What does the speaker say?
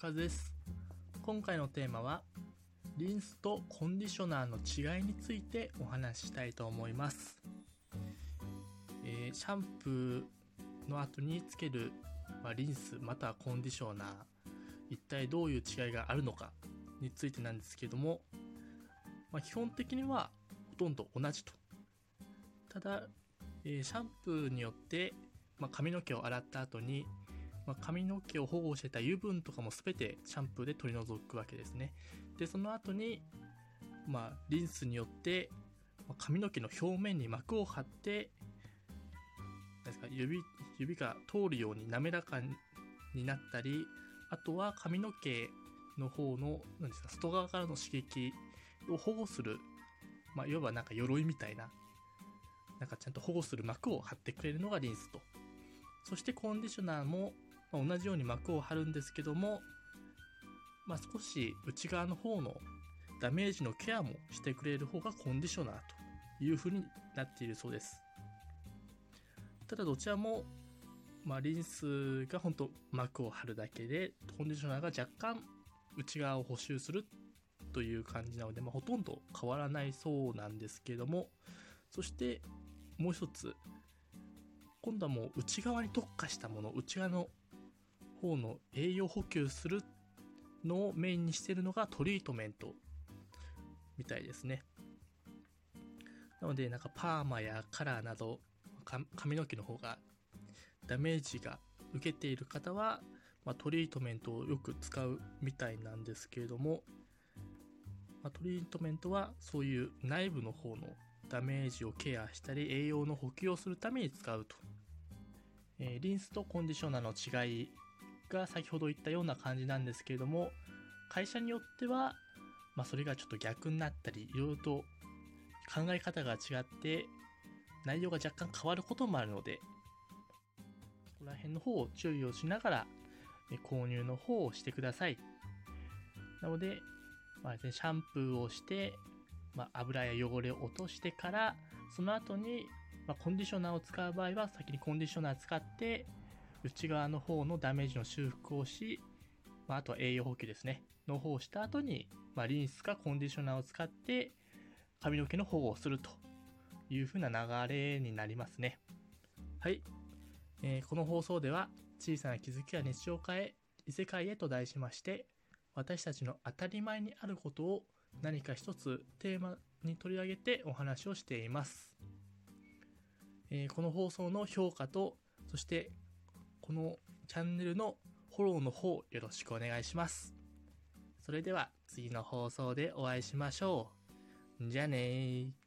和です。今回のテーマはリンスとコンディショナーの違いについてお話ししたいと思います。シャンプーの後につける、リンスまたはコンディショナー、一体どういう違いがあるのかについてなんですけども、基本的にはほとんど同じと。ただ、シャンプーによって、髪の毛を洗った後に、髪の毛を保護してた油分とかも全てシャンプーで取り除くわけですね。で、その後に、リンスによって、髪の毛の表面に膜を張って、指が通るように滑らかになったり、あとは髪の毛の方の、外側からの刺激を保護する、いわば鎧みたいな、ちゃんと保護する膜を張ってくれるのがリンスと。そしてコンディショナーも、同じように膜を張るんですけども、少し内側の方のダメージのケアもしてくれる方がコンディショナーという風になっているそうです。ただどちらも、リンスが本当膜を張るだけで、コンディショナーが若干内側を補修するという感じなので、ほとんど変わらないそうなんですけども、そしてもう一つ、今度はもう内側に特化したもの、内側の方の栄養補給するのをメインにしているのがトリートメントみたいですね。なのでパーマやカラーなど髪の毛の方がダメージが受けている方は、トリートメントをよく使うみたいなんですけれども、トリートメントはそういう内部の方のダメージをケアしたり栄養の補給をするために使うと。リンスとコンディショナーの違いが先ほど言ったような感じなんですけれども、会社によっては、それがちょっと逆になったり、いろいろと考え方が違って内容が若干変わることもあるので、そこら辺の方を注意をしながら購入の方をしてください。なので、シャンプーをして、油や汚れを落としてから、その後に、コンディショナーを使う場合は先にコンディショナー使って内側の方のダメージの修復をし、あとは栄養補給ですねの方をした後に、リンスかコンディショナーを使って髪の毛の保護をするという風な流れになりますね。はい、この放送では小さな気づきや日常を変え異世界へと題しまして、私たちの当たり前にあることを何か一つテーマに取り上げてお話をしています。この放送の評価と、そしてこのチャンネルのフォローの方よろしくお願いします。それでは次の放送でお会いしましょう。じゃあねー。